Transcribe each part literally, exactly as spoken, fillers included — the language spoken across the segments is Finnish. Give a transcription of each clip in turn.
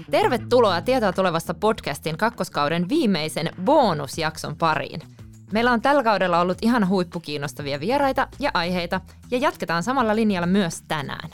Tervetuloa Tietoa tulevasta podcastin kakkoskauden viimeisen bonusjakson pariin. Meillä on tällä kaudella ollut ihan huippukiinnostavia vieraita ja aiheita, ja jatketaan samalla linjalla myös tänään.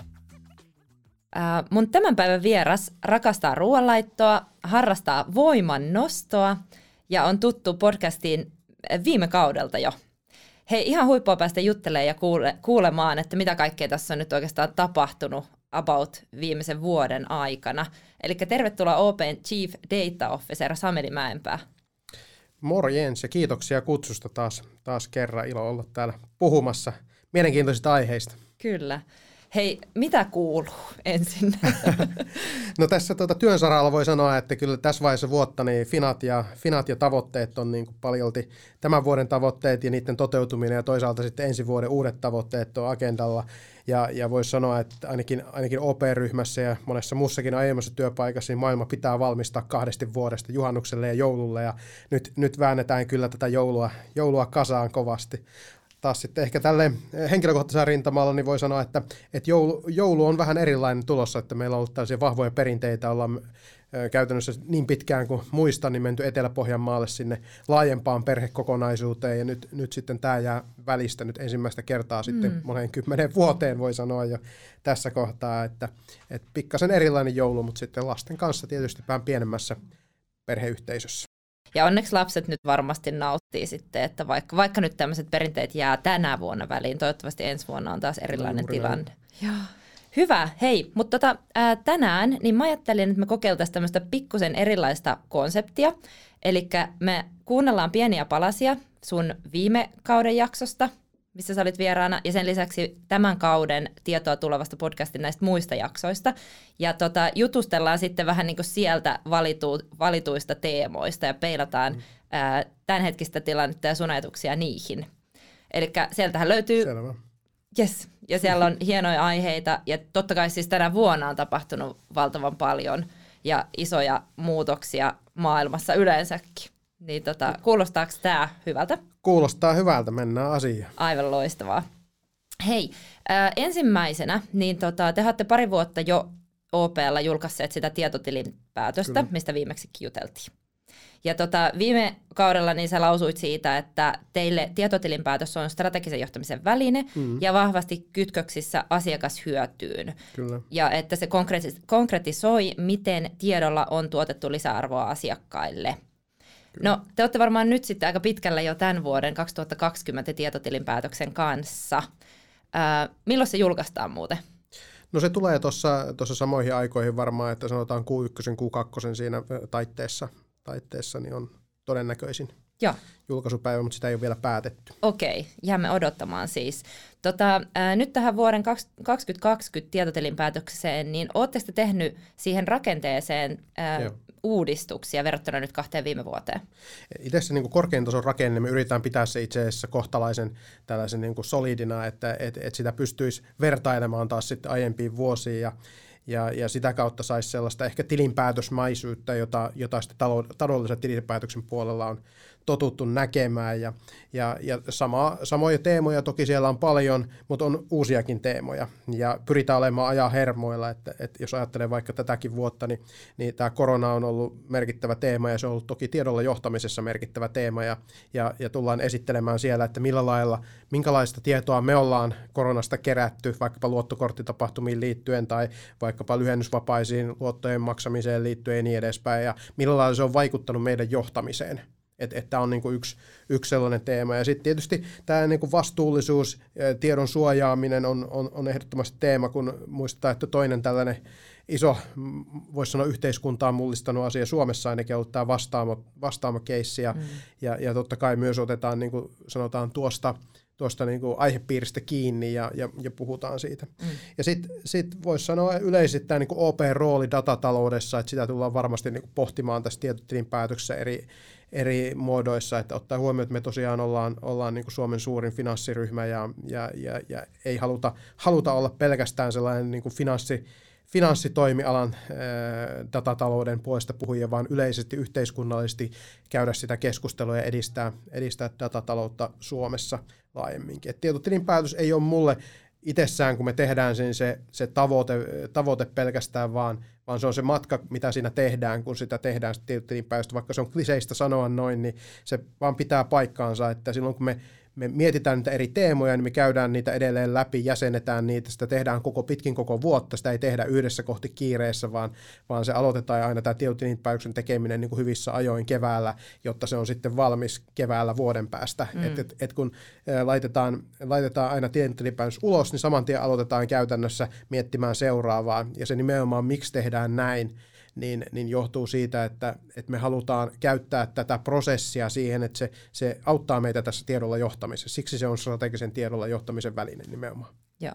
Äh, mun tämän päivän vieras rakastaa ruoanlaittoa, harrastaa voiman nostoa ja on tuttu podcastiin viime kaudelta jo. Hei, ihan huippua päästä juttelemaan ja kuule, kuulemaan, että mitä kaikkea tässä on nyt oikeastaan tapahtunut about viimeisen vuoden aikana. Eli tervetuloa O P:n Chief Data Officer Sameli Mäenpää. Morjens ja kiitoksia kutsusta taas, taas kerran. Ilo olla täällä puhumassa mielenkiintoisista aiheista. Kyllä. Hei, mitä kuuluu ensin? No tässä tuota, työn saralla voi sanoa, että kyllä tässä vaiheessa vuotta niin finat, ja, finat ja tavoitteet on niin kuin paljolti tämän vuoden tavoitteet ja niiden toteutuminen ja toisaalta sitten ensi vuoden uudet tavoitteet on agendalla. Ja, ja voisi sanoa, että ainakin, ainakin O P-ryhmässä ja monessa muussakin aiemmassa työpaikassa niin maailma pitää valmistaa kahdesti vuodesta juhannukselle ja joululle ja nyt, nyt väännetään kyllä tätä joulua, joulua kasaan kovasti. Taas sitten ehkä tälle henkilökohtaisella rintamalla niin voi sanoa, että, että joulu, joulu on vähän erilainen tulossa, että meillä on ollut tällaisia vahvoja perinteitä, ollaan käytännössä niin pitkään kuin muistan, niin menty Etelä-Pohjanmaalle sinne laajempaan perhekokonaisuuteen, ja nyt, nyt sitten tämä jää välistä nyt ensimmäistä kertaa sitten mm. moneen kymmenen vuoteen, voi sanoa jo tässä kohtaa, että, että pikkasen erilainen joulu, mutta sitten lasten kanssa tietysti vähän pienemmässä perheyhteisössä. Ja onneksi lapset nyt varmasti nauttii sitten, että vaikka, vaikka nyt tämmöiset perinteet jää tänä vuonna väliin, toivottavasti ensi vuonna on taas erilainen no, tilanne. Joo. Hyvä, hei, mutta tota, ää, tänään niin mä ajattelin, että me kokeiltaisiin tämmöistä pikkusen erilaista konseptia. Eli me kuunnellaan pieniä palasia sun viime kauden jaksosta, missä sä olit vieraana, ja sen lisäksi tämän kauden Tietoa tulevasta podcastin näistä muista jaksoista. Ja tota, jutustellaan sitten vähän niin kuin sieltä valitu, valituista teemoista ja peilataan mm. ää, tämänhetkistä tilannetta ja sun ajatuksia niihin. Eli sieltähän löytyy... Selvä. Yes. Ja siellä on hienoja aiheita, ja totta kai siis tänä vuonna on tapahtunut valtavan paljon ja isoja muutoksia maailmassa yleensäkin. Niin tota, kuulostaako tämä hyvältä? Kuulostaa hyvältä, mennään asiaan. Aivan loistavaa. Hei, äh, ensimmäisenä, niin tota, te olette pari vuotta jo O P:llä julkaisseet sitä tietotilinpäätöstä, Kyllä. mistä viimeksikin juteltiin. Ja tota, viime kaudella niin sä lausuit siitä, että teille tietotilinpäätös on strategisen johtamisen väline mm. ja vahvasti kytköksissä asiakashyötyyn. Kyllä. Ja että se konkretisoi, miten tiedolla on tuotettu lisäarvoa asiakkaille. Kyllä. No, te olette varmaan nyt sitten aika pitkällä jo tämän vuoden kaksituhattakaksikymmentä tietotilinpäätöksen kanssa. Ää, milloin se julkaistaan muuten? No se tulee tuossa samoihin aikoihin varmaan, että sanotaan Q yksi, Q kaksi siinä taitteessa. taitteessa niin on todennäköisin Joo. julkaisupäivä, mutta sitä ei ole vielä päätetty. Okei, jäämme odottamaan siis. Tota, ää, nyt tähän vuoden kaksituhattakaksikymmentä tietotilinpäätökseen, niin ootteko te tehnyt siihen rakenteeseen ää, uudistuksia verrattuna nyt kahteen viime vuoteen? Itse se niin korkean tason rakenne, me yritetään pitää se itse asiassa kohtalaisen tällaisen niin kuin solidina, että et, et sitä pystyisi vertailemaan taas sitten aiempiin vuosiin ja Ja, ja sitä kautta saisi sellaista ehkä tilinpäätösmäisyyttä, jota, jota sitten taloudellisen tilinpäätöksen puolella on totuttu näkemään. Ja, ja, ja sama, samoja teemoja toki siellä on paljon, mutta on uusiakin teemoja. Ja pyritään olemaan ajan hermoilla, että, että jos ajattelee vaikka tätäkin vuotta, niin, niin tämä korona on ollut merkittävä teema ja se on ollut toki tiedolla johtamisessa merkittävä teema. Ja, ja, ja tullaan esittelemään siellä, että millä lailla, minkälaista tietoa me ollaan koronasta kerätty, vaikkapa luottokorttitapahtumiin liittyen tai vaikkapa lyhennysvapaisiin luottojen maksamiseen liittyen ja niin edespäin, ja millä lailla se on vaikuttanut meidän johtamiseen. Että et tämä on niinku yksi, yksi sellainen teema. Ja sitten tietysti tämä niinku vastuullisuus, tiedon suojaaminen on, on, on ehdottomasti teema, kun muistetaan, että toinen tällainen iso, voisi sanoa yhteiskuntaa mullistanut asia Suomessa ainakin on ollut tämä vastaamo, vastaamo-keissi. Ja, mm. ja, ja totta kai myös otetaan, niin kuin sanotaan, tuosta tuosta niin kuin aihepiiristä kiinni ja, ja, ja puhutaan siitä. Mm. Ja sitten sit voisi sanoa yleisesti tämä niin kuin O P-rooli datataloudessa, että sitä tullaan varmasti niin kuin pohtimaan tässä tietotilinpäätöksessä eri, eri muodoissa, että ottaa huomioon, että me tosiaan ollaan, ollaan niin kuin Suomen suurin finanssiryhmä ja, ja, ja, ja ei haluta, haluta olla pelkästään sellainen niin kuin finanssi, finanssitoimialan ää, datatalouden puolesta puhujia, vaan yleisesti yhteiskunnallisesti käydä sitä keskustelua ja edistää, edistää datataloutta Suomessa laajemminkin. Et tietotilinpäätös ei ole mulle itsessään, kun me tehdään sen, se, se tavoite, tavoite pelkästään, vaan, vaan se on se matka, mitä siinä tehdään, kun sitä tehdään sitten tilinpäätöstä. Vaikka se on kliseistä sanoa noin, niin se vaan pitää paikkaansa, että silloin kun me me mietitään niitä eri teemoja, niin me käydään niitä edelleen läpi, jäsennetään niitä, sitä tehdään koko pitkin koko vuotta, sitä ei tehdä yhdessä kohti kiireessä, vaan, vaan se aloitetaan aina tämä tilinpäätöksen tekeminen niin kuin hyvissä ajoin keväällä, jotta se on sitten valmis keväällä vuoden päästä. Mm. Et, et, et kun laitetaan, laitetaan aina tilinpäätös ulos, niin saman tien aloitetaan käytännössä miettimään seuraavaa, ja se nimenomaan miksi tehdään näin, Niin, niin johtuu siitä, että, että me halutaan käyttää tätä prosessia siihen, että se, se auttaa meitä tässä tiedolla johtamisessa. Siksi se on strategisen tiedolla johtamisen väline nimenomaan. Joo.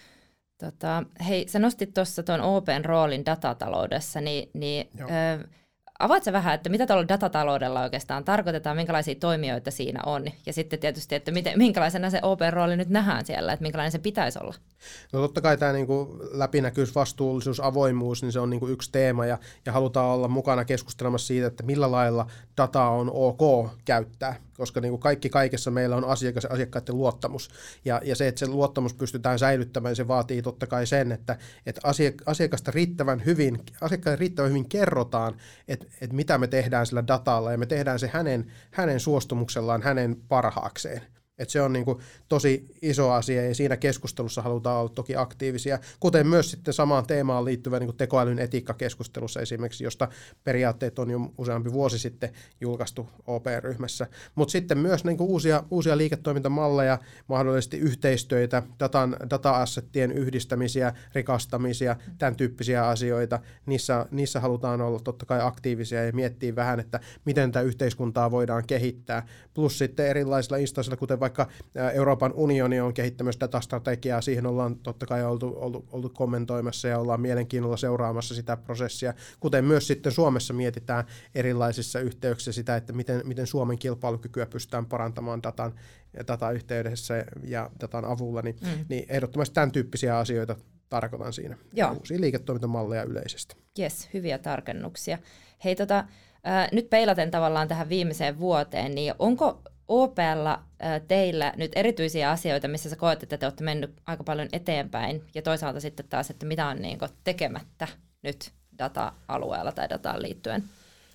Tota, hei, sä nostit tuossa tuon O P:n roolin datataloudessa, niin, niin ö, avaatko vähän, että mitä tuolla datataloudella oikeastaan tarkoitetaan, minkälaisia toimijoita siinä on, ja sitten tietysti, että miten, minkälaisena se O P:n rooli nyt nähdään siellä, että minkälainen se pitäisi olla? No totta kai tämä niinku läpinäkyvyys, vastuullisuus, avoimuus, niin se on niinku yksi teema, ja, ja halutaan olla mukana keskustelemassa siitä, että millä lailla dataa on ok käyttää, koska niinku kaikki kaikessa meillä on asiakas ja asiakkaiden luottamus, ja, ja se, että se luottamus pystytään säilyttämään, se vaatii totta kai sen, että, että asiakasta riittävän hyvin, asiakkaille riittävän hyvin kerrotaan, että, että mitä me tehdään sillä datalla, ja me tehdään se hänen, hänen suostumuksellaan, hänen parhaakseen. Että se on niin kuin tosi iso asia, ja siinä keskustelussa halutaan olla toki aktiivisia, kuten myös sitten samaan teemaan liittyvä niin kuin tekoälyn etiikkakeskustelussa esimerkiksi, josta periaatteet on jo useampi vuosi sitten julkaistu O P-ryhmässä. Mutta sitten myös niin kuin uusia, uusia liiketoimintamalleja, mahdollisesti yhteistyötä, datan, data-assettien yhdistämisiä, rikastamisia, tämän tyyppisiä asioita. Niissä, niissä halutaan olla totta kai aktiivisia ja miettiä vähän, että miten tätä yhteiskuntaa voidaan kehittää. Plus sitten erilaisilla instanssilla, kuten vaikka Euroopan unioni on kehittämässä datastrategiaa, siihen ollaan totta kai oltu, oltu, oltu kommentoimassa ja ollaan mielenkiinnolla seuraamassa sitä prosessia, kuten myös sitten Suomessa mietitään erilaisissa yhteyksissä sitä, että miten, miten Suomen kilpailukykyä pystytään parantamaan datan, datayhteydessä ja datan avulla, niin, mm. niin ehdottomasti tämän tyyppisiä asioita tarkoitan siinä. Joo. Uusia liiketoimintamalleja yleisesti. Jes, hyviä tarkennuksia. Hei, tota, äh, nyt peilaten tavallaan tähän viimeiseen vuoteen, niin onko O P:lla teillä nyt erityisiä asioita, missä sä koet, että te olette mennyt aika paljon eteenpäin, ja toisaalta sitten taas, että mitä on niin kuin tekemättä nyt data-alueella tai dataan liittyen?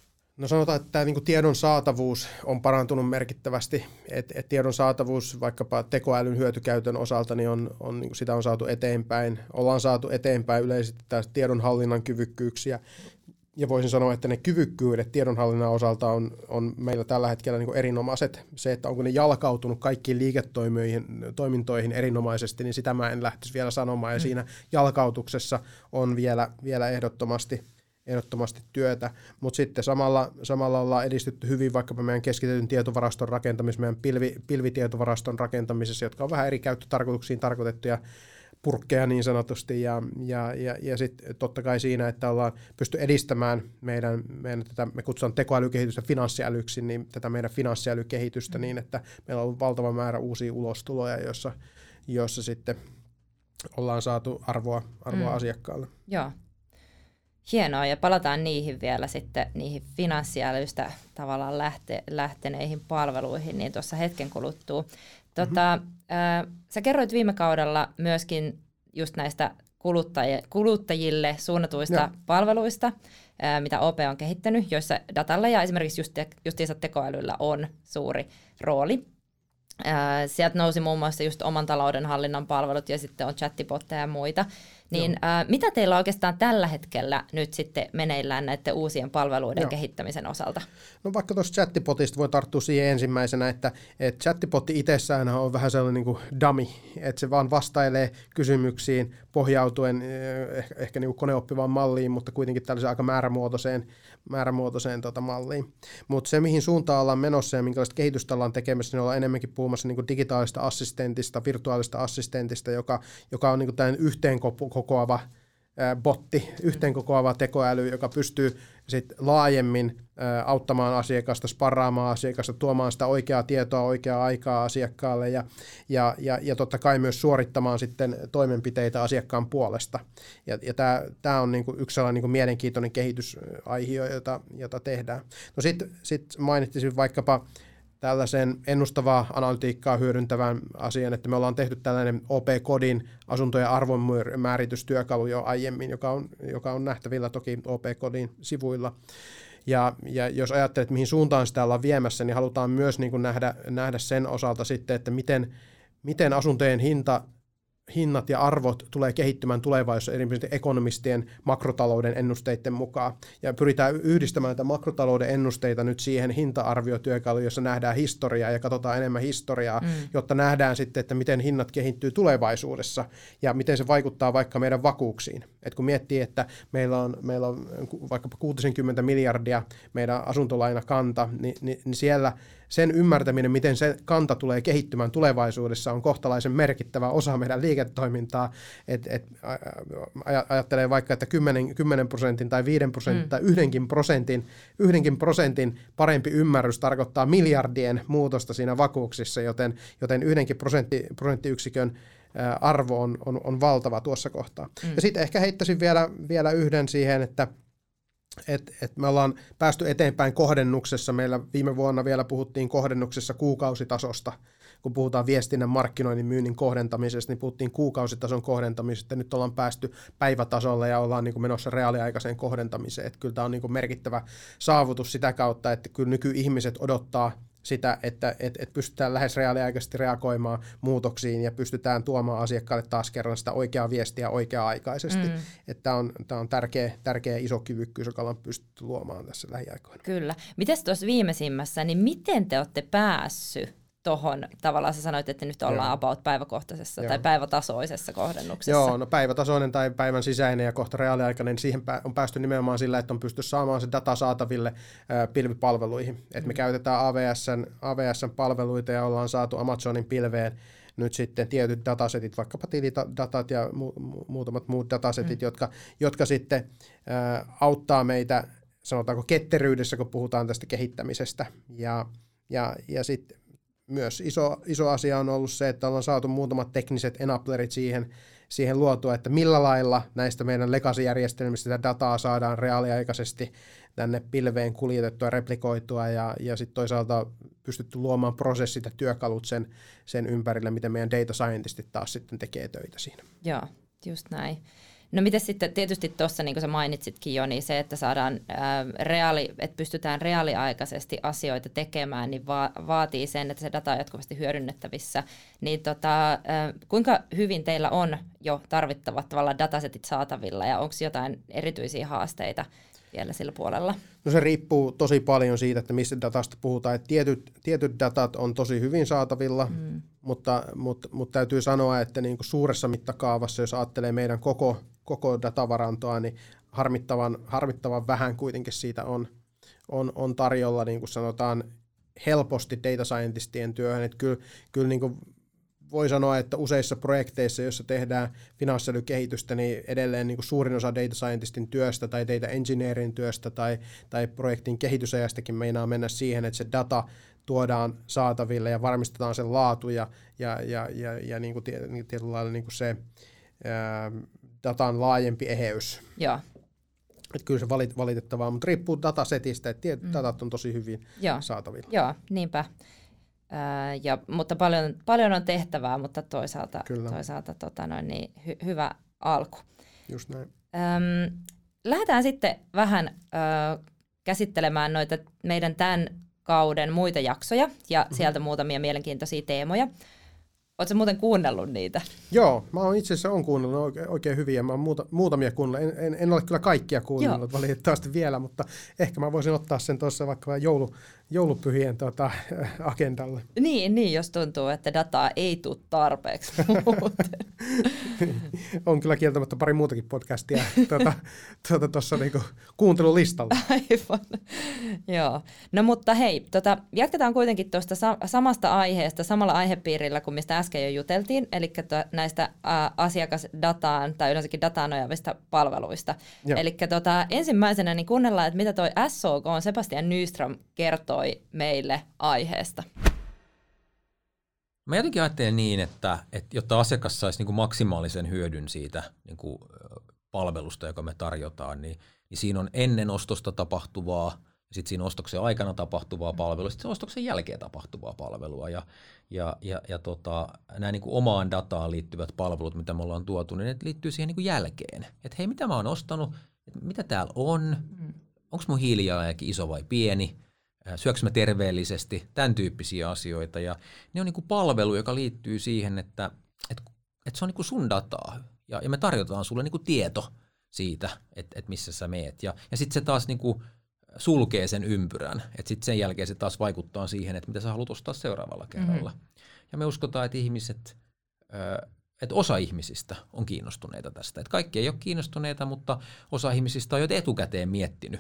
No sanotaan, että tämä niin kuin tiedon saatavuus on parantunut merkittävästi, että et tiedon saatavuus vaikkapa tekoälyn hyötykäytön osalta, niin on, on, niin kuin sitä on saatu eteenpäin. Ollaan saatu eteenpäin yleisesti tästä tiedonhallinnan kyvykkyyksiä. Ja voisin sanoa, että ne kyvykkyydet tiedonhallinnan osalta on, on meillä tällä hetkellä niin kuin erinomaiset. Se, että onko ne jalkautunut kaikkiin liiketoimintoihin erinomaisesti, niin sitä mä en lähtisi vielä sanomaan. Ja mm. siinä jalkautuksessa on vielä, vielä ehdottomasti, ehdottomasti työtä. Mutta sitten samalla, samalla ollaan edistytty hyvin vaikkapa meidän keskitetyn tietovaraston rakentamisessa, meidän pilvi, pilvitietovaraston rakentamisessa, jotka on vähän eri käyttötarkoituksiin tarkoitettuja purkkeja niin sanotusti, ja, ja, ja, ja sitten totta kai siinä, että ollaan pysty edistämään meidän, meidän tätä, me kutsutaan tekoälykehitystä finanssiälyksi, niin tätä meidän finanssiälykehitystä niin, että meillä on ollut valtava määrä uusia ulostuloja, joissa, joissa sitten ollaan saatu arvoa, arvoa mm. asiakkaalle. Joo. Hienoa, ja palataan niihin vielä sitten, niihin finanssiälystä tavallaan lähte, lähteneihin palveluihin, niin tuossa hetken kuluttua. Tota, mm-hmm. äh, sä kerroit viime kaudella myöskin just näistä kuluttaj- kuluttajille suunnatuista ja. palveluista, äh, mitä O P on kehittänyt, joissa datalla ja esimerkiksi just te- justiinsa tekoälyllä on suuri rooli. Äh, sieltä nousi muun muassa just oman talouden hallinnan palvelut ja sitten on chattibotteja ja muita. Niin äh, mitä teillä oikeastaan tällä hetkellä nyt sitten meneillään näiden uusien palveluiden Joo. kehittämisen osalta? No vaikka tuosta chattibotista voi tarttua siihen ensimmäisenä, että, että chattibotti itsessään on vähän sellainen niin kuin dummy, että se vaan vastailee kysymyksiin pohjautuen ehkä, ehkä niin kuin koneoppivaan malliin, mutta kuitenkin tällaiseen aika määrämuotoiseen, määrämuotoiseen tota malliin. Mutta se, mihin suuntaan ollaan menossa ja minkälaista kehitystä ollaan tekemässä, niin ollaan enemmänkin puhumassa niin kuin digitaalista assistentista, virtuaalista assistentista, joka, joka on niin kuin tällainen yhteenkokoava botti, yhteenkokoava tekoäly, joka pystyy sit laajemmin auttamaan asiakasta, sparraamaan asiakasta, tuomaan sitä oikeaa tietoa oikeaa aikaa asiakkaalle ja, ja, ja, ja totta kai myös suorittamaan sitten toimenpiteitä asiakkaan puolesta. Ja, ja tämä on niinku yksi sellainen niinku mielenkiintoinen kehitysaihe, jota, jota tehdään. No sitten sit mainitsin vaikkapa tällaisen ennustavaa analytiikkaa hyödyntävän asian, että me ollaan tehty tällainen O P-kodin asuntojen arvonmääritystyökalu jo aiemmin, joka on, joka on nähtävillä toki O P-kodin sivuilla. Ja, ja jos ajattelet, mihin suuntaan sitä ollaan viemässä, niin halutaan myös niin kuin nähdä, nähdä sen osalta sitten, että miten, miten asuntojen hinta, hinnat ja arvot tulee kehittymään tulevaisuudessa erityisesti ekonomistien makrotalouden ennusteiden mukaan. Ja pyritään yhdistämään näitä makrotalouden ennusteita nyt siihen hinta-arviotyökaluun, jossa nähdään historiaa ja katsotaan enemmän historiaa, mm. jotta nähdään sitten, että miten hinnat kehittyy tulevaisuudessa ja miten se vaikuttaa vaikka meidän vakuuksiin. Et kun miettii, että meillä on, meillä on vaikkapa kuusikymmentä miljardia meidän asuntolainakanta, niin, niin, niin siellä sen ymmärtäminen, miten se kanta tulee kehittymään tulevaisuudessa, on kohtalaisen merkittävä osa meidän liiketoimintaa. Et, et, ajattelee vaikka, että kymmenen prosentin tai viiden prosentin mm. tai yhdenkin prosentin, yhdenkin prosentin parempi ymmärrys tarkoittaa miljardien muutosta siinä vakuuksissa, joten, joten yhdenkin prosentti, prosenttiyksikön arvo on, on, on valtava tuossa kohtaa. Mm. Ja sitten ehkä heittäisin vielä, vielä yhden siihen, että Et, et me ollaan päästy eteenpäin kohdennuksessa. Meillä viime vuonna vielä puhuttiin kohdennuksessa kuukausitasosta. Kun puhutaan viestinnän, markkinoinnin, myynnin kohdentamisesta, niin puhuttiin kuukausitason kohdentamisesta. Nyt ollaan päästy päivätasolle ja ollaan niin kuin menossa reaaliaikaiseen kohdentamiseen. Et kyllä tämä on niin kuin merkittävä saavutus sitä kautta, että kyllä nykyihmiset odottaa sitä, että et, et pystytään lähes reaaliaikaisesti reagoimaan muutoksiin ja pystytään tuomaan asiakkaalle taas kerran sitä oikeaa viestiä oikea-aikaisesti. Mm. Että tämä on, tämä on tärkeä, tärkeä iso kyvykkyys, joka ollaan pystytty luomaan tässä lähiaikoina. Kyllä. Mites tuossa viimeisimmässä, niin miten te olette päässyt tuohon, tavallaan sä sanoit, että nyt ollaan Joo. about päiväkohtaisessa Joo. tai päivätasoisessa kohdennuksessa? Joo, no päivätasoinen tai päivän sisäinen ja kohta reaaliaikainen, siihen on päästy nimenomaan sillä, että on pysty saamaan se data saataville ää, pilvipalveluihin. Mm. Et me käytetään A W S:n, A W S:n palveluita ja ollaan saatu Amazonin pilveen nyt sitten tietyt datasetit, vaikkapa tilidatat ja mu- muutamat muut datasetit, mm. jotka, jotka sitten ää, auttaa meitä, sanotaanko ketteryydessä, kun puhutaan tästä kehittämisestä. Ja, ja, ja sitten myös iso, iso asia on ollut se, että ollaan saatu muutamat tekniset enablerit siihen, siihen luotua, että millä lailla näistä meidän legacy-järjestelmistä sitä dataa saadaan reaaliaikaisesti tänne pilveen kuljetettua ja replikoitua, ja, ja sitten toisaalta pystytty luomaan prosessit ja työkalut sen, sen ympärille, miten meidän data scientistit taas sitten tekee töitä siinä. Joo, just näin. No miten sitten, tietysti tuossa niin kuin sä mainitsitkin jo, niin se, että saadaan ää, reaali, että pystytään reaaliaikaisesti asioita tekemään, niin va- vaatii sen, että se data on jatkuvasti hyödynnettävissä. Niin tota, ää, kuinka hyvin teillä on jo tarvittavat tavallaan datasetit saatavilla ja onko jotain erityisiä haasteita vielä sillä puolella? No se riippuu tosi paljon siitä, että mistä datasta puhutaan. Että tietyt, tietyt datat on tosi hyvin saatavilla, mm. mutta, mutta, mutta täytyy sanoa, että niin kuin suuressa mittakaavassa, jos ajattelee meidän koko, koko datavarantoa, niin harmittavan, harmittavan vähän kuitenkin siitä on, on, on tarjolla, niin kuin sanotaan, helposti data scientistien työhön. Että kyllä, kyllä niin kuin voi sanoa, että useissa projekteissa, joissa tehdään finanssiälykehitystä, niin edelleen niin kuin suurin osa data scientistin työstä tai data engineerin työstä tai, tai projektin kehitysajastakin meinaa mennä siihen, että se data tuodaan saataville ja varmistetaan sen laatu ja, ja, ja, ja, ja niin kuin tietyllä lailla niin kuin se ää, datan laajempi eheys. Joo. Että kyllä se valit, valitettavaa, mutta riippuu datasetistä, että tietyt mm. datat on tosi hyvin Joo. saatavilla. Joo, niinpä. Ää, ja, mutta paljon, paljon on tehtävää, mutta toisaalta, toisaalta tota noin, niin hy, hyvä alku. Just näin. Öm, lähdetään sitten vähän ö, käsittelemään noita meidän tämän kauden muita jaksoja ja mm-hmm. sieltä muutamia mielenkiintoisia teemoja. Oletko muuten kuunnellut niitä? Joo, mä oon itse asiassa on kuunnellut oikein, oikein hyviä. Mä oon muuta, muutamia kuunnellut. En, en, en ole kyllä kaikkia kuunnellut Joo. valitettavasti vielä, mutta ehkä mä voisin ottaa sen tuossa vaikka joulu, joulupyhien tuota, agendalle. Niin, niin, jos tuntuu, että dataa ei tule tarpeeksi muuten. On kyllä kieltämättä pari muutakin podcastia tuossa tuota, tuota, niinku kuuntelulistalla. Aivan. Joo. No mutta hei, tota, jatketaan kuitenkin tuosta sa- samasta aiheesta, samalla aihepiirillä kuin mistä äsken jo juteltiin, eli to- näistä ä, asiakasdataan tai yleensäkin dataan nojaavista palveluista. Eli tota, ensimmäisenä niin kuunnellaan, että mitä toi S O K on Sebastian Nyström kertoi meille aiheesta. Mä jotenkin ajattelen niin, että, että jotta asiakas saisi niin kuin maksimaalisen hyödyn siitä niin kuin palvelusta, joka me tarjotaan, niin, niin siinä on ennen ostosta tapahtuvaa sitten siinä ostoksen aikana tapahtuvaa palvelua, sitten ostoksen jälkeen tapahtuvaa palvelua. Ja, ja, ja, ja tota, nämä niin kuin omaan dataan liittyvät palvelut, mitä me ollaan tuotu, niin ne liittyy siihen niin kuin jälkeen. Että hei, mitä mä oon ostanut, että mitä täällä on, mm. onko mun hiilijalanjälki iso vai pieni, syöksä mä terveellisesti, tämän tyyppisiä asioita. Ja ne on niin kuin palvelu, joka liittyy siihen, että, että, että se on niin kuin sun dataa. Ja, ja me tarjotaan sulle niin kuin tieto siitä, että, että missä sä meet. Ja, ja sitten se taas niin kuin sulkee sen ympyrän, että sitten sen jälkeen se taas vaikuttaa siihen, että mitä sä haluat ostaa seuraavalla kerralla. Mm-hmm. Ja me uskotaan, että ihmiset, että osa ihmisistä on kiinnostuneita tästä. Että kaikki ei ole kiinnostuneita, mutta osa ihmisistä on jo etukäteen miettinyt.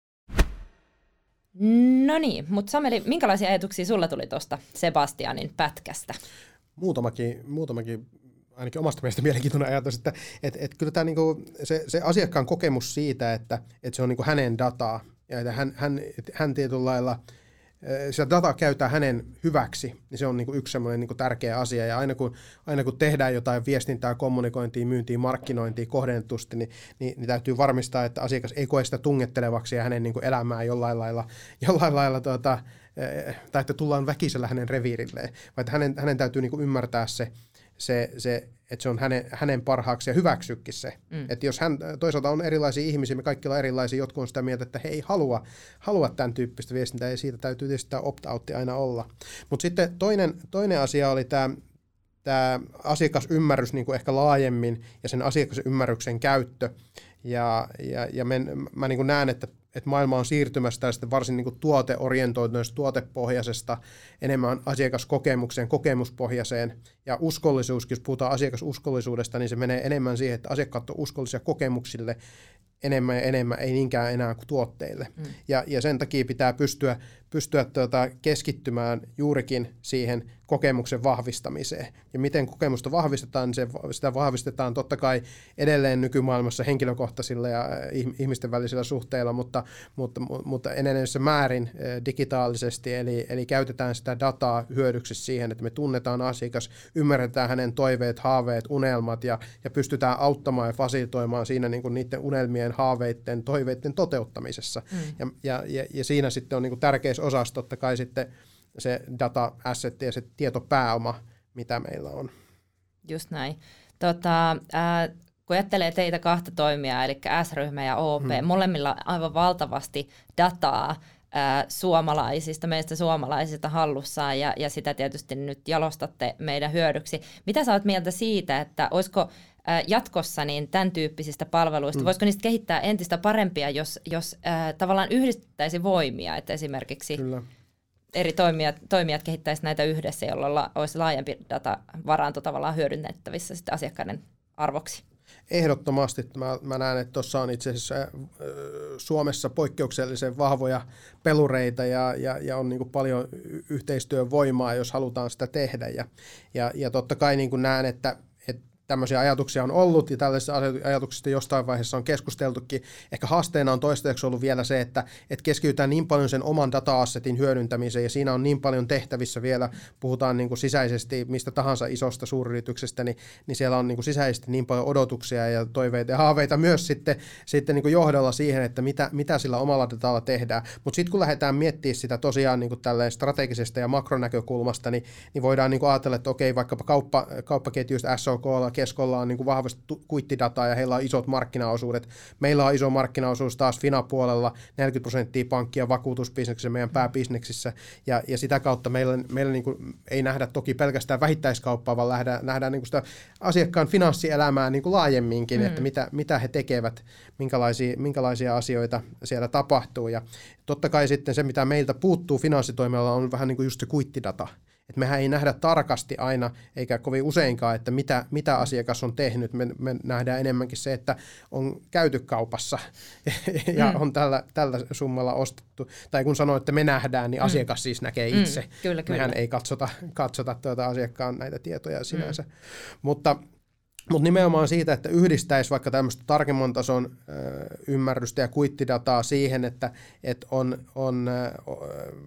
No niin, mutta Sameli, minkälaisia ajatuksia sulla tuli tuosta Sebastianin pätkästä? Muutamakin, muutamakin ainakin omasta mielestä mielenkiintoinen ajatus, että et, et kyllä tämä niinku, se, se asiakkaan kokemus siitä, että et se on niinku hänen dataa, ja että hän, hän, hän tietyllä lailla, sitä dataa käytetään hänen hyväksi, niin se on niinku yksi semmoinen niinku tärkeä asia. Ja aina kun, aina kun tehdään jotain viestintää, kommunikointia, myyntiä, markkinointia kohdennetusti, niin, niin, niin täytyy varmistaa, että asiakas ei koe sitä tungettelevaksi ja hänen niinku elämää jollain lailla, jollain lailla tuota, tai että tullaan väkisellä hänen reviirilleen, vaan että hänen, hänen täytyy niinku ymmärtää se, se, se, että se on hänen, hänen parhaaksi ja hyväksykin se. Mm. Että jos hän, toisaalta on erilaisia ihmisiä, me kaikki ollaan erilaisia, jotkut on sitä mieltä, että he ei halua, halua tämän tyyppistä viestintää, ja siitä täytyy tietysti tämä opt-outti aina olla. Mutta sitten toinen, toinen asia oli tämä, tämä asiakasymmärrys niin kuin ehkä laajemmin, ja sen asiakasymmärryksen käyttö. Ja, ja, ja men, mä niin kuin näen, että että maailma on siirtymässä tästä varsin niin kuin tuoteorientoituneesta, tuotepohjaisesta enemmän asiakaskokemukseen, kokemuspohjaiseen. Ja uskollisuuskin, jos puhutaan asiakasuskollisuudesta, niin se menee enemmän siihen, että asiakkaat on uskollisia kokemuksille enemmän ja enemmän, ei niinkään enää kuin tuotteille. Mm. Ja, ja sen takia pitää pystyä, pystyä tuota, keskittymään juurikin siihen kokemuksen vahvistamiseen. Ja miten kokemusta vahvistetaan, niin se, sitä vahvistetaan totta kai edelleen nykymaailmassa henkilökohtaisilla ja ihmisten välisillä suhteilla, mutta, mutta, mutta enenevissä määrin digitaalisesti, eli, eli käytetään sitä dataa hyödyksi siihen, että me tunnetaan asiakas, ymmärretään hänen toiveet, haaveet, unelmat ja, ja pystytään auttamaan ja fasilitoimaan siinä niin kuin niiden unelmien, haaveiden, toiveiden toteuttamisessa. Mm. Ja, ja, ja, ja siinä sitten on niin kuin tärkeä osa totta kai sitten se data-assetti ja se tietopääoma, mitä meillä on. Just näin. Tota, äh, kun ajattelee teitä kahta toimijaa, eli S-ryhmä ja O P, hmm. molemmilla aivan valtavasti dataa äh, suomalaisista, meistä suomalaisista hallussaan, ja, ja sitä tietysti nyt jalostatte meidän hyödyksi. Mitä sä oot mieltä siitä, että olisiko äh, jatkossa niin tämän tyyppisistä palveluista, hmm. voisiko niistä kehittää entistä parempia, jos, jos äh, tavallaan yhdistettäisiin voimia, että esimerkiksi Kyllä. eri toimijat, toimijat kehittäisivät näitä yhdessä, jolloin olisi laajempi datavaranto tavallaan hyödynnettävissä sitten asiakkaiden arvoksi? Ehdottomasti. Mä, mä näen, että tuossa on itse asiassa äh, Suomessa poikkeuksellisen vahvoja pelureita ja, ja, ja on niin kuin paljon yhteistyövoimaa, jos halutaan sitä tehdä. Ja, ja, ja totta kai niin kuin näen, että tämmöisiä ajatuksia on ollut ja tällaisista ajatuksista jostain vaiheessa on keskusteltukin. Ehkä haasteena on toistaiseksi ollut vielä se, että, että keskitytään niin paljon sen oman data-assetin hyödyntämiseen ja siinä on niin paljon tehtävissä vielä, puhutaan niin kuin sisäisesti mistä tahansa isosta suuryrityksestä, niin, niin siellä on niin kuin sisäisesti niin paljon odotuksia ja toiveita ja haaveita myös sitten, sitten niin kuin johdolla siihen, että mitä, mitä sillä omalla datalla tehdään. Mutta sitten kun lähdetään miettimään sitä tosiaan niin kuin tälleen strategisesta ja makronäkökulmasta, niin, niin voidaan niin kuin ajatella, että okei, vaikkapa kauppa, kauppaketjuista S O K:lla Keskolla on niin kuin vahvasti kuittidataa ja heillä on isot markkinaosuudet. Meillä on iso markkinaosuus taas Fina-puolella, neljäkymmentä prosenttia pankki- ja vakuutusbisneksissä meidän pääbisneksissä. Ja, ja sitä kautta meillä, meillä niin kuin ei nähdä toki pelkästään vähittäiskauppaa, vaan nähdään, nähdään niin kuin sitä asiakkaan finanssielämää niin kuin laajemminkin, mm. että mitä, mitä he tekevät, minkälaisia, minkälaisia asioita siellä tapahtuu. Ja totta kai sitten se, mitä meiltä puuttuu finanssitoimella, on vähän niin kuin just se kuittidata. Et mehän ei nähdä tarkasti aina, eikä kovin useinkaan, että mitä, mitä asiakas on tehnyt. Me, me nähdään enemmänkin se, että on käyty kaupassa ja mm. on tällä, tällä summalla ostettu. Tai kun sanoo, että me nähdään, niin asiakas mm. siis näkee itse. Mm. Kyllä, kyllä. Mehän ei katsota, katsota tuota asiakkaan näitä tietoja sinänsä. Mm. Mutta Mutta nimenomaan siitä, että yhdistäisi vaikka tämmöistä tarkemman tason ö, ymmärrystä ja kuittidataa siihen, että et on, on ö,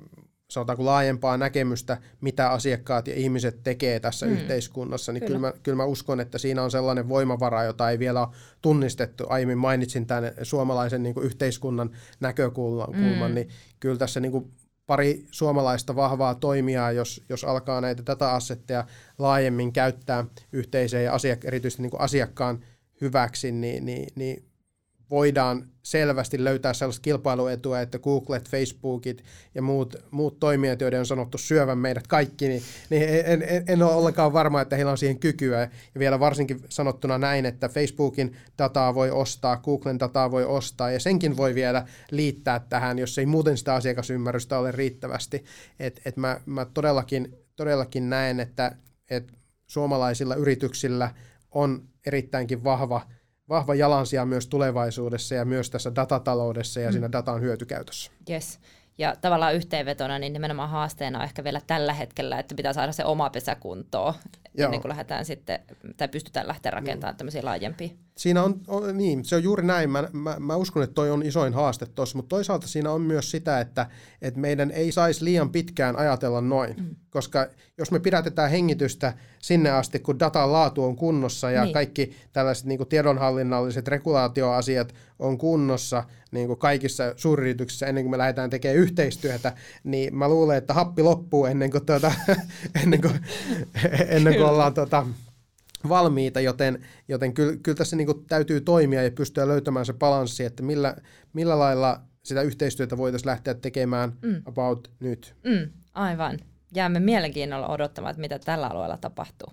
sanotaanko laajempaa näkemystä, mitä asiakkaat ja ihmiset tekee tässä mm. yhteiskunnassa, niin kyllä. Kyllä, mä, kyllä mä uskon, että siinä on sellainen voimavara, jota ei vielä ole tunnistettu. Aiemmin mainitsin tämän suomalaisen niin kuin yhteiskunnan näkökulman, mm. niin kyllä tässä niin kuin pari suomalaista vahvaa toimijaa, jos, jos alkaa näitä data-assetteja laajemmin käyttää yhteiseen ja asiak- erityisesti niin kuin asiakkaan hyväksi, niin, niin, niin voidaan selvästi löytää sellaista kilpailuetua, että Googlet, Facebookit ja muut, muut toimijat, joiden on sanottu syövän meidät kaikki, niin, niin en, en, en ole ollenkaan varma, että heillä on siihen kykyä. Ja vielä varsinkin sanottuna näin, että Facebookin dataa voi ostaa, Googlen dataa voi ostaa, ja senkin voi vielä liittää tähän, jos ei muuten sitä asiakasymmärrystä ole riittävästi. Et, et mä, mä todellakin, todellakin näen, että et suomalaisilla yrityksillä on erittäinkin vahva vahva jalansija myös tulevaisuudessa ja myös tässä datataloudessa ja mm. siinä datan hyötykäytössä. Yes. Ja tavallaan yhteenvetona, niin nimenomaan haasteena on ehkä vielä tällä hetkellä, että pitää saada se oma pesä kuntoon, ennen kuin lähdetään sitten, tai pystytään lähteä rakentamaan mm. tämmöisiä laajempia. Siinä on, on, niin, se on juuri näin. Mä, mä, mä uskon, että toi on isoin haaste tuossa, mutta toisaalta siinä on myös sitä, että, että meidän ei saisi liian pitkään ajatella noin, mm. koska jos me pidätetään hengitystä sinne asti, kun datan laatu on kunnossa ja niin. kaikki tällaiset niin kuin tiedonhallinnalliset regulaatioasiat on kunnossa niin kuin kaikissa suuryrityksissä ennen kuin me lähdetään tekemään yhteistyötä, niin mä luulen, että happi loppuu ennen kuin, tuota, ennen kuin, ennen kuin ollaan tuota, valmiita, joten, joten kyllä, kyllä tässä niin kuin täytyy toimia ja pystyä löytämään se balanssi, että millä, millä lailla sitä yhteistyötä voitaisiin lähteä tekemään mm. about nyt. Mm, aivan. Jäämme mielenkiinnolla odottamaan, että mitä tällä alueella tapahtuu.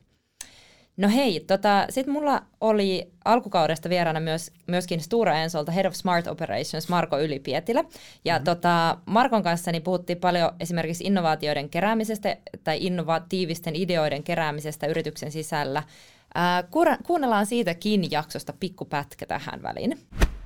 No hei, tota, sitten mulla oli alkukaudesta vieraana myös, myöskin Stora Ensolta Head of Smart Operations Marko Ylipietilä. Ja mm-hmm. tota, Markon kanssa niin puhuttiin paljon esimerkiksi innovaatioiden keräämisestä tai innovatiivisten ideoiden keräämisestä yrityksen sisällä. Ää, kuunnellaan siitäkin jaksosta pikkupätkä tähän väliin.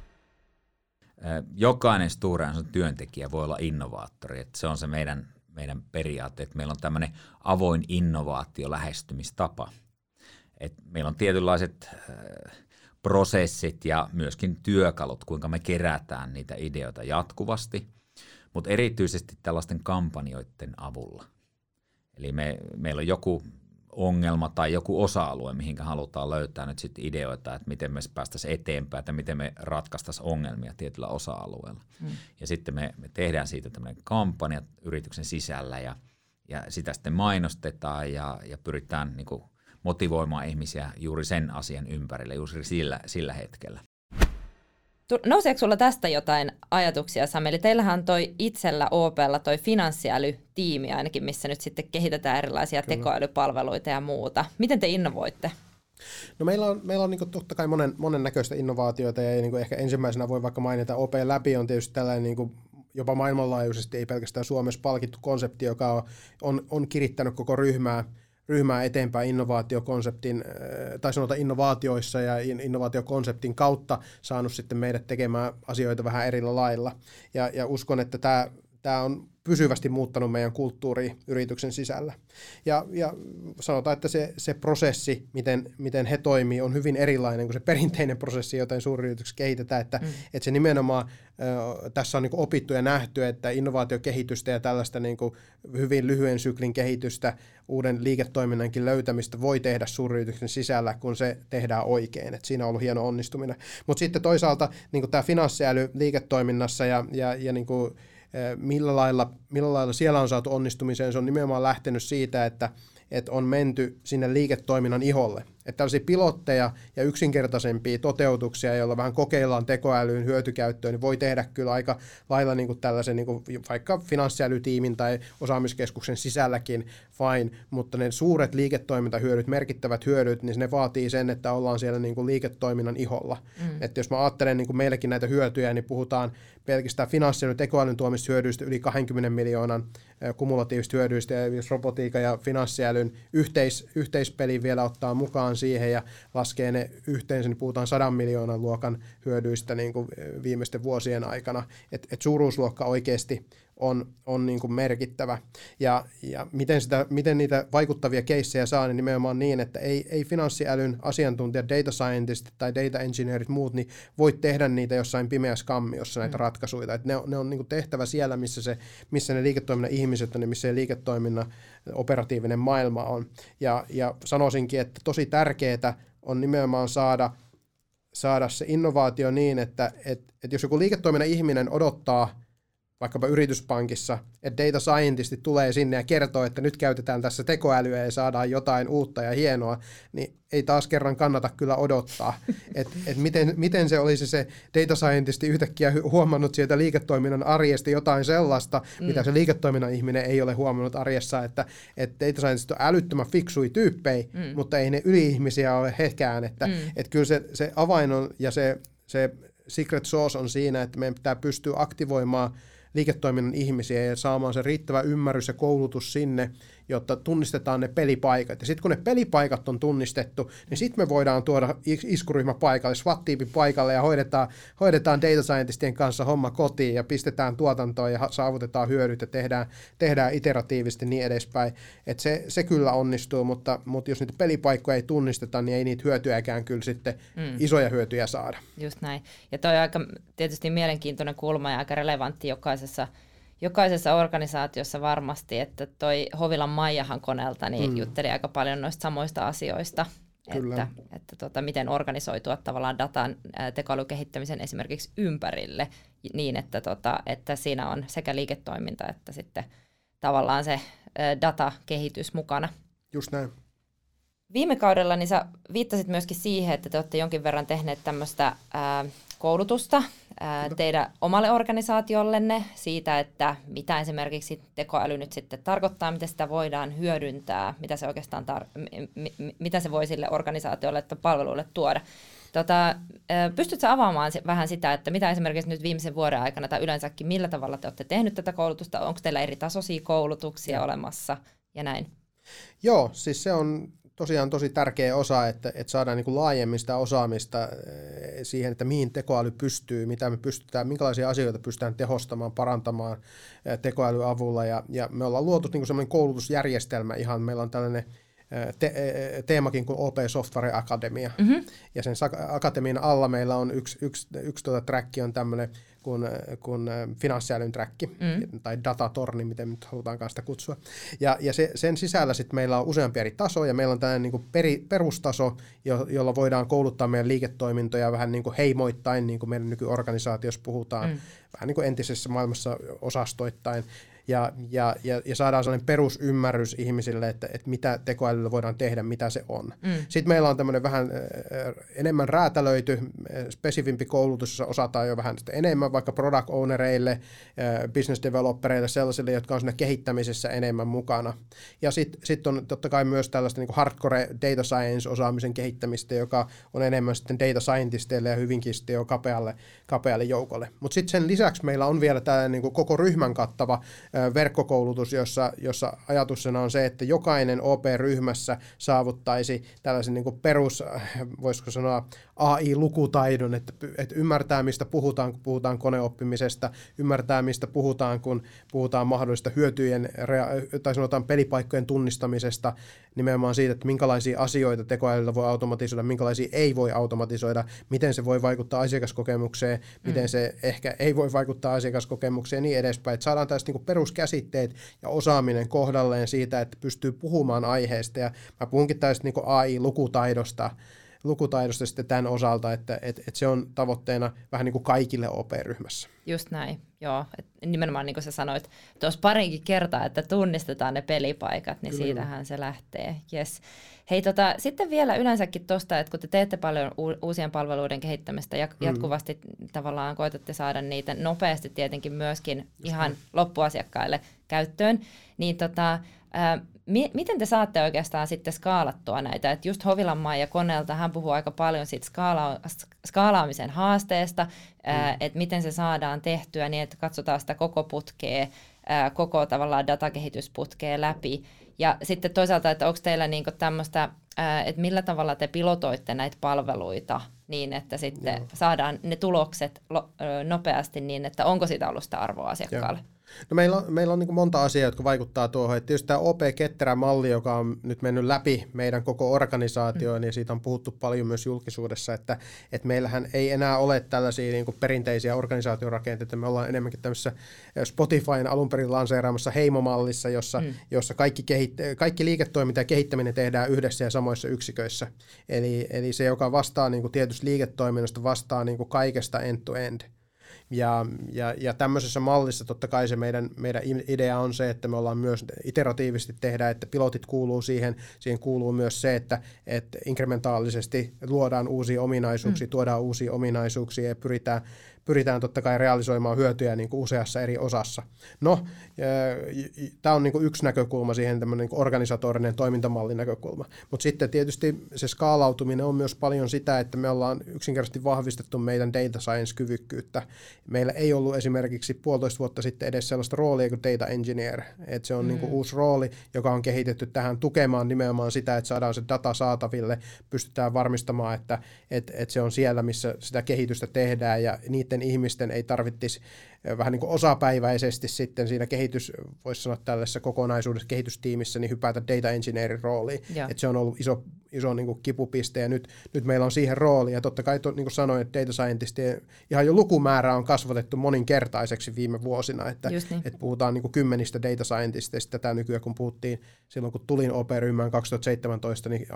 Jokainen Stora Enson työntekijä voi olla innovaattori. Että se on se meidän, meidän periaate, että meillä on tämmöinen avoin innovaatiolähestymistapa. Et meillä on tietynlaiset äh, prosessit ja myöskin työkalut, kuinka me kerätään niitä ideoita jatkuvasti, mutta erityisesti tällaisten kampanjoiden avulla. Eli me, meillä on joku ongelma tai joku osa-alue, mihin halutaan löytää nyt sitten ideoita, että miten me päästäisiin eteenpäin, että miten me ratkaistaisiin ongelmia tietyllä osa-alueella. Hmm. Ja sitten me, me tehdään siitä tämmöinen kampanja yrityksen sisällä ja, ja sitä sitten mainostetaan ja, ja pyritään niin kuin motivoimaan ihmisiä juuri sen asian ympärille, juuri sillä, sillä hetkellä. Nouseeko sulla tästä jotain ajatuksia, Sameli? Teillähän on toi itsellä O P:llä toi finanssiälytiimi ainakin, missä nyt sitten kehitetään erilaisia Kyllä. tekoälypalveluita ja muuta. Miten te innovoitte? No meillä on, meillä on niin kuin totta kai monen, monen näköistä innovaatioita ja niin kuin ehkä ensimmäisenä voi vaikka mainita O P läpi on tietysti tällainen niin kuin jopa maailmanlaajuisesti, ei pelkästään Suomessa palkittu konsepti, joka on, on, on kirittänyt koko ryhmää ryhmää eteenpäin innovaatiokonseptin, tai sanotaan innovaatioissa ja innovaatiokonseptin kautta saanut sitten meidät tekemään asioita vähän eri lailla. Ja, ja uskon, että tämä, tämä on pysyvästi muuttanut meidän kulttuuri yrityksen sisällä. Ja, ja sanotaan, että se, se prosessi, miten, miten he toimii, on hyvin erilainen kuin se perinteinen prosessi, joten suuryrityksessä kehitetään, että, mm. että se nimenomaan äh, tässä on niin kuin opittu ja nähty, että innovaatiokehitystä ja tällaista niin kuin hyvin lyhyen syklin kehitystä, uuden liiketoiminnankin löytämistä voi tehdä suuryrityksen sisällä, kun se tehdään oikein. Että siinä on ollut hieno onnistuminen. Mutta sitten toisaalta niin kuin tämä finanssiäly liiketoiminnassa ja, ja, ja niin kuin Millä lailla, millä lailla siellä on saatu onnistumiseen, se on nimenomaan lähtenyt siitä, että, että on menty sinne liiketoiminnan iholle. Että tällaisia pilotteja ja yksinkertaisempia toteutuksia, joilla vähän kokeillaan tekoälyyn hyötykäyttöön, niin voi tehdä kyllä aika lailla niin kuin tällaisen niin kuin vaikka finanssiälytiimin tai osaamiskeskuksen sisälläkin fine, mutta ne suuret liiketoimintahyödyt, merkittävät hyödyt, niin ne vaatii sen, että ollaan siellä niin kuin liiketoiminnan iholla. Mm. Että jos mä ajattelen niin kuin meillekin näitä hyötyjä, niin puhutaan pelkästään finanssiälyn tekoälyn tuomista hyödyistä yli kaksikymmentä miljoonan kumulatiivista hyödyistä, ja jos robotiikan ja finanssiälyn yhteis, yhteispeli vielä ottaa mukaan siihen ja laskee ne yhteensä, niin puhutaan sadan miljoonan luokan hyödyistä niin kuin viimeisten vuosien aikana. Et, et suuruusluokka oikeasti, on, on niin kuin merkittävä. Ja, ja miten, sitä, miten niitä vaikuttavia keissejä saa, niin nimenomaan niin, että ei, ei finanssiälyn asiantuntijat, data scientistit tai data engineerit muut, niin voi tehdä niitä jossain pimeässä kammiossa näitä mm. ratkaisuja. Et ne on, ne on niin kuin tehtävä siellä, missä, se, missä ne liiketoiminnan ihmiset on ja missä se liiketoiminnan operatiivinen maailma on. Ja, ja sanoisinkin, että tosi tärkeää on nimenomaan saada, saada se innovaatio niin, että et, et jos joku liiketoiminnan ihminen odottaa vaikkapa yrityspankissa, että data scientistit tulee sinne ja kertoo, että nyt käytetään tässä tekoälyä ja saadaan jotain uutta ja hienoa, niin ei taas kerran kannata kyllä odottaa. Että et miten, miten se olisi se data scientisti yhtäkkiä huomannut sieltä liiketoiminnan arjesta jotain sellaista, mm. mitä se liiketoiminnan ihminen ei ole huomannut arjessa, että et data scientistit on älyttömän fiksui tyyppejä, mm. mutta ei ne yli-ihmisiä ole hekään. Että mm. et kyllä se, se avain on ja se, se secret sauce on siinä, että meidän pitää pystyä aktivoimaan liiketoiminnan ihmisiä ja saamaan se riittävä ymmärrys ja koulutus sinne, jotta tunnistetaan ne pelipaikat. Ja sitten kun ne pelipaikat on tunnistettu, niin sitten me voidaan tuoda iskuryhmä paikalle, SWAT-tiimin paikalle ja hoidetaan, hoidetaan data scientistien kanssa homma kotiin ja pistetään tuotantoon ja saavutetaan hyödyt ja tehdään, tehdään iteratiivisesti niin edespäin. Et se, se kyllä onnistuu, mutta, mutta jos niitä pelipaikkoja ei tunnisteta, niin ei niitä hyötyjäkään kyllä sitten mm. isoja hyötyjä saada. Just näin. Ja toi on aika tietysti mielenkiintoinen kulma ja aika relevantti jokaisessa Jokaisessa organisaatiossa varmasti, että toi Hovilan Maijahan koneelta niin mm. jutteli aika paljon noista samoista asioista, Kyllä. että, että tota, miten organisoitua tavallaan datan ää, tekoälykehittämisen esimerkiksi ympärille niin, että, tota, että siinä on sekä liiketoiminta että sitten tavallaan se ää, datakehitys mukana. Just näin. Viime kaudella niin sä viittasit myöskin siihen, että te olette jonkin verran tehneet tämmöistä ää, koulutusta ää, teidän omalle organisaatiollenne siitä, että mitä esimerkiksi tekoäly nyt sitten tarkoittaa, miten sitä voidaan hyödyntää, mitä se oikeastaan tar- m- m- mitä se voi sille organisaatiolle että palveluille tuoda. Tota, pystytkö avaamaan vähän sitä, että mitä esimerkiksi nyt viimeisen vuoden aikana tai yleensäkin, millä tavalla te olette tehnyt tätä koulutusta, onko teillä eri tasoisia koulutuksia ja. olemassa ja näin? Joo, siis se on tosiaan tosi tärkeä osa, että, että saadaan niin kuin laajemmin sitä osaamista siihen, että mihin tekoäly pystyy, mitä me pystytään, minkälaisia asioita pystytään tehostamaan, parantamaan tekoälyn avulla. Ja, ja me ollaan luotu niin kuin sellainen koulutusjärjestelmä ihan, meillä on tällainen te- teemakin kuin O P Software Academia. Mm-hmm. Ja sen akatemian alla meillä on yksi, yksi, yksi tuota track on tämmöinen kuin, kuin finanssiälyn track, mm. tai datatorni, miten nyt halutaankaan sitä kutsua. Ja, ja se, sen sisällä sitten meillä on useampia eri tasoja. Meillä on tällainen niin kuin peri, perustaso, jo, jolla voidaan kouluttaa meidän liiketoimintoja vähän niin kuin heimoittain, niin kuin meidän nykyorganisaatiossa puhutaan, mm. vähän niin kuin entisessä maailmassa osastoittain. Ja, ja, ja, ja saadaan sellainen perusymmärrys ihmisille, että, että mitä tekoälyllä voidaan tehdä, mitä se on. Mm. Sitten meillä on tämmöinen vähän enemmän räätälöity, spesifimpi koulutus, jossa osataan jo vähän enemmän vaikka product ownereille, business developereille, sellaisille, jotka on siinä kehittämisessä enemmän mukana. Ja sitten sit on totta kai myös tällaista niin kuin hardcore data science-osaamisen kehittämistä, joka on enemmän sitten data scientisteille ja hyvinkin sitten jo kapealle, kapealle joukolle. Mutta sitten sen lisäksi meillä on vielä tällainen niin kuin koko ryhmän kattava verkkokoulutus, jossa, jossa ajatuksena on se, että jokainen O P-ryhmässä saavuttaisi tällaisen niin kuin perus, voisiko sanoa, A I-lukutaidon, että, että ymmärtää, mistä puhutaan, kun puhutaan koneoppimisesta, ymmärtää, mistä puhutaan, kun puhutaan mahdollista hyötyjen tai sanotaan pelipaikkojen tunnistamisesta, nimenomaan siitä, että minkälaisia asioita tekoälyllä voi automatisoida, minkälaisia ei voi automatisoida, miten se voi vaikuttaa asiakaskokemukseen, miten mm. se ehkä ei voi vaikuttaa asiakaskokemukseen ja niin edespäin. Että saadaan tästä niin kuin peruskäsitteet ja osaaminen kohdalleen siitä, että pystyy puhumaan aiheesta. Ja mä puhunkin tästä niin kuin A I-lukutaidosta, lukutaidosta sitten tämän osalta, että et, et se on tavoitteena vähän niin kuin kaikille O P-ryhmässä. Just näin, joo. Et nimenomaan niin kuin sä sanoit tuossa parinkin kertaa, että tunnistetaan ne pelipaikat, niin Kyllä. siitähän se lähtee. Yes. Hei, tota, sitten vielä yleensäkin tuosta, että kun te teette paljon u- uusien palveluiden kehittämistä ja jatkuvasti mm. tavallaan koetatte saada niitä nopeasti tietenkin myöskin Just ihan niin. loppuasiakkaille käyttöön, niin tota, ää, mi- miten te saatte oikeastaan sitten skaalattua näitä? Et just Hovilanmaa ja Koneelta hän puhuu aika paljon siitä skaala- skaalaamisen haasteesta, mm. että miten se saadaan tehtyä niin, että katsotaan sitä koko putkea, ää, koko tavallaan datakehitysputkea läpi. Ja sitten toisaalta, että onko teillä niinku tämmöistä, että millä tavalla te pilotoitte näitä palveluita niin, että sitten Joo. saadaan ne tulokset nopeasti niin, että onko siitä ollut sitä arvoa asiakkaalle? Joo. No meillä on, meillä on niin kuin monta asiaa, jotka vaikuttaa tuohon. Että tietysti tämä O P-ketterä-malli, joka on nyt mennyt läpi meidän koko organisaatioon, mm. ja siitä on puhuttu paljon myös julkisuudessa, että, että meillähän ei enää ole tällaisia niin kuin perinteisiä organisaatiorakenteita. Me ollaan enemmänkin tämmöisessä Spotifyn alun perin lanseeraamassa heimomallissa, jossa, mm. jossa kaikki, kehitt- kaikki liiketoiminta ja kehittäminen tehdään yhdessä ja samoissa yksiköissä. Eli, eli se, joka vastaa niin kuin tietystä liiketoiminnasta, vastaa niin kuin kaikesta end-to-end. Ja, ja, ja tämmöisessä mallissa totta kai se meidän, meidän idea on se, että me ollaan myös iteratiivisesti tehdä, että pilotit kuuluu siihen, siihen kuuluu myös se, että, että inkrementaalisesti luodaan uusia ominaisuuksia, mm. tuodaan uusia ominaisuuksia ja pyritään, pyritään totta kai realisoimaan hyötyjä niin kuin useassa eri osassa. No, tämä on niin kuin yksi näkökulma siihen, tämmöinen niin kuin organisatorinen toimintamallin näkökulma. Mutta sitten tietysti se skaalautuminen on myös paljon sitä, että me ollaan yksinkertaisesti vahvistettu meidän data science-kyvykkyyttä. Meillä ei ollut esimerkiksi puolitoista vuotta sitten edes sellaista roolia kuin data engineer. Et se on mm. niin kuin uusi rooli, joka on kehitetty tähän tukemaan nimenomaan sitä, että saadaan se data saataville, pystytään varmistamaan, että et, et se on siellä, missä sitä kehitystä tehdään ja niiden ihmisten ei tarvitsisi vähän niin kuin osapäiväisesti sitten siinä kehitys, voisi sanoa tällaisessa kokonaisuudessa kehitystiimissä, niin hypätä data engineerin rooliin. Että se on ollut iso, iso niin kuin kipupiste ja nyt, nyt meillä on siihen rooli. Ja totta kai, to, niin kuin sanoin, että data scientistien ihan jo lukumäärä on kasvatettu moninkertaiseksi viime vuosina. Että, niin. että puhutaan niin kuin kymmenistä data scientisteista tätä nykyään, kun puhuttiin silloin, kun tulin O P-ryhmään kaksituhattaseitsemäntoista, niin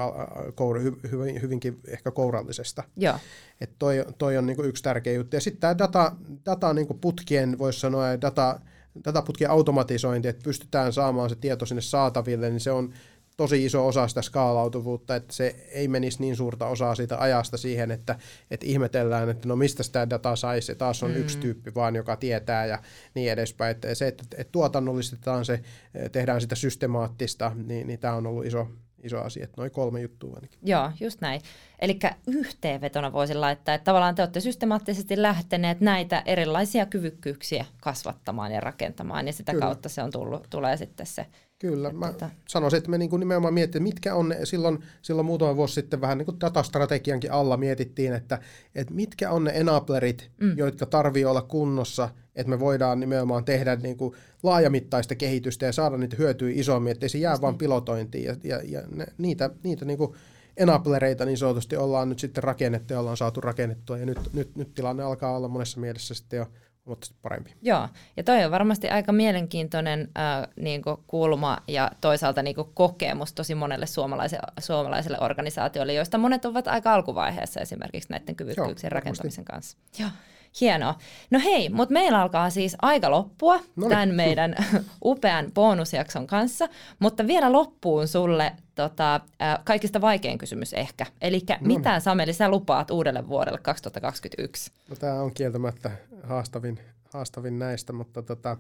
hy, hyvinkin ehkä kourallisesta. Että toi, toi on niin kuin yksi tärkeä juttu. Ja sitten tämä data, data niin kuin putkien, voisi sanoa, ja data, dataputkien automatisointi, että pystytään saamaan se tieto sinne saataville, niin se on tosi iso osa sitä skaalautuvuutta, että se ei menisi niin suurta osaa siitä ajasta siihen, että, että ihmetellään, että no mistä sitä dataa saisi, taas on mm. yksi tyyppi vaan, joka tietää ja niin edespäin. Että se, että, että tuotannollistetaan se, tehdään sitä systemaattista, niin, niin tämä on ollut iso, iso asia, että noin kolme juttua ainakin. Joo, just näin. Eli yhteenvetona voisin laittaa, että tavallaan te olette systemaattisesti lähteneet näitä erilaisia kyvykkyyksiä kasvattamaan ja rakentamaan, ja sitä Kyllä. kautta se on tullut, tulee sitten se. Kyllä, että, mä että... sanoisin, että me niin kuin nimenomaan mietittiin, mitkä on ne, silloin, silloin muutama vuosi sitten vähän niin kuin datastrategiankin alla mietittiin, että, että mitkä on ne enablerit, mm. jotka tarvii olla kunnossa, että me voidaan nimenomaan tehdä niin kuin laajamittaista kehitystä ja saada niitä hyötyä isommin, ettei se jää vaan pilotointiin. Ja, ja, ja ne, niitä, niitä niin kuin enablereita niin sanotusti ollaan nyt sitten rakennettu ja ollaan saatu rakennettua, ja nyt, nyt, nyt tilanne alkaa olla monessa mielessä sitten jo huomattavasti parempi. Joo, ja toi on varmasti aika mielenkiintoinen äh, niin kuin kulma ja toisaalta niin kuin kokemus tosi monelle suomalaiselle, suomalaiselle organisaatiolle, joista monet ovat aika alkuvaiheessa esimerkiksi näiden kyvykkyyksien rakentamisen kanssa. Joo. Hienoa. No hei, mutta meillä alkaa siis aika loppua Noniin. tämän meidän upean bonusjakson kanssa, mutta vielä loppuun sulle tota, äh, kaikista vaikein kysymys ehkä. Eli mitä Sameli sä lupaat uudelle vuodelle kaksituhattakaksikymmentäyksi? No, tämä on kieltämättä haastavin, haastavin näistä, mutta tota,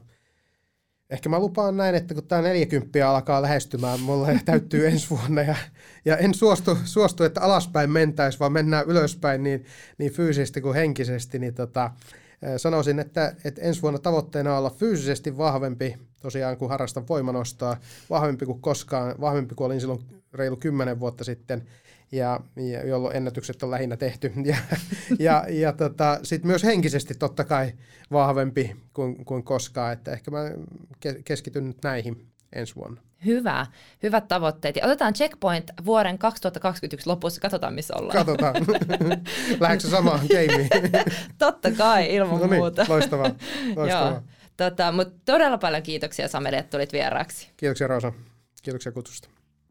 ehkä mä lupaan näin, että kun tämä neljäkymppiä alkaa lähestymään, mulle täyttyy ensi vuonna ja, ja en suostu, suostu, että alaspäin mentäisiin, vaan mennään ylöspäin niin, niin fyysisesti kuin henkisesti, niin tota, sanoisin, että, että ensi vuonna tavoitteena on olla fyysisesti vahvempi, tosiaan kun harrastan voimanostoa, vahvempi kuin koskaan, vahvempi kuin olin silloin reilu kymmenen vuotta sitten, ja, ja jolloin ennätykset on lähinnä tehty. Ja, ja, ja tota, sitten myös henkisesti totta kai vahvempi kuin, kuin koskaan, että ehkä mä keskityn nyt näihin ensi vuonna. Hyvä, hyvät tavoitteet. Ja otetaan checkpoint vuoden kaksituhattakaksikymmentäyksi lopussa, katsotaan missä ollaan. Katsotaan. Lähdekö samaan gameen? Totta kai, ilman no niin, muuta. Loistavaa. loistavaa. Tota, mutta todella paljon kiitoksia Sameli, että tulit vieraaksi. Kiitoksia Roosa. Kiitoksia kutsusta.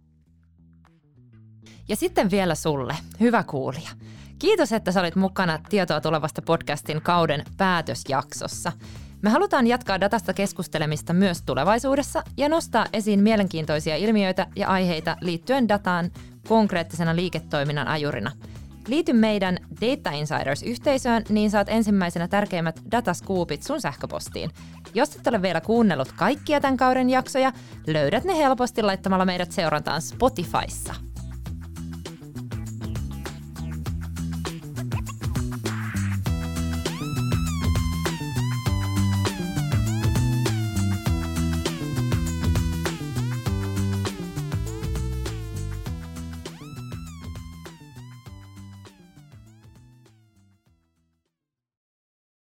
Ja sitten vielä sulle, hyvä kuulija. Kiitos, että sä olit mukana Tietoa tulevasta podcastin kauden päätösjaksossa. Me halutaan jatkaa datasta keskustelemista myös tulevaisuudessa ja nostaa esiin mielenkiintoisia ilmiöitä ja aiheita liittyen dataan konkreettisena liiketoiminnan ajurina. Liity meidän Data Insiders-yhteisöön, niin saat ensimmäisenä tärkeimmät datascoopit sun sähköpostiin. Jos et ole vielä kuunnellut kaikkia tämän kauden jaksoja, löydät ne helposti laittamalla meidät seurantaan Spotifyssa.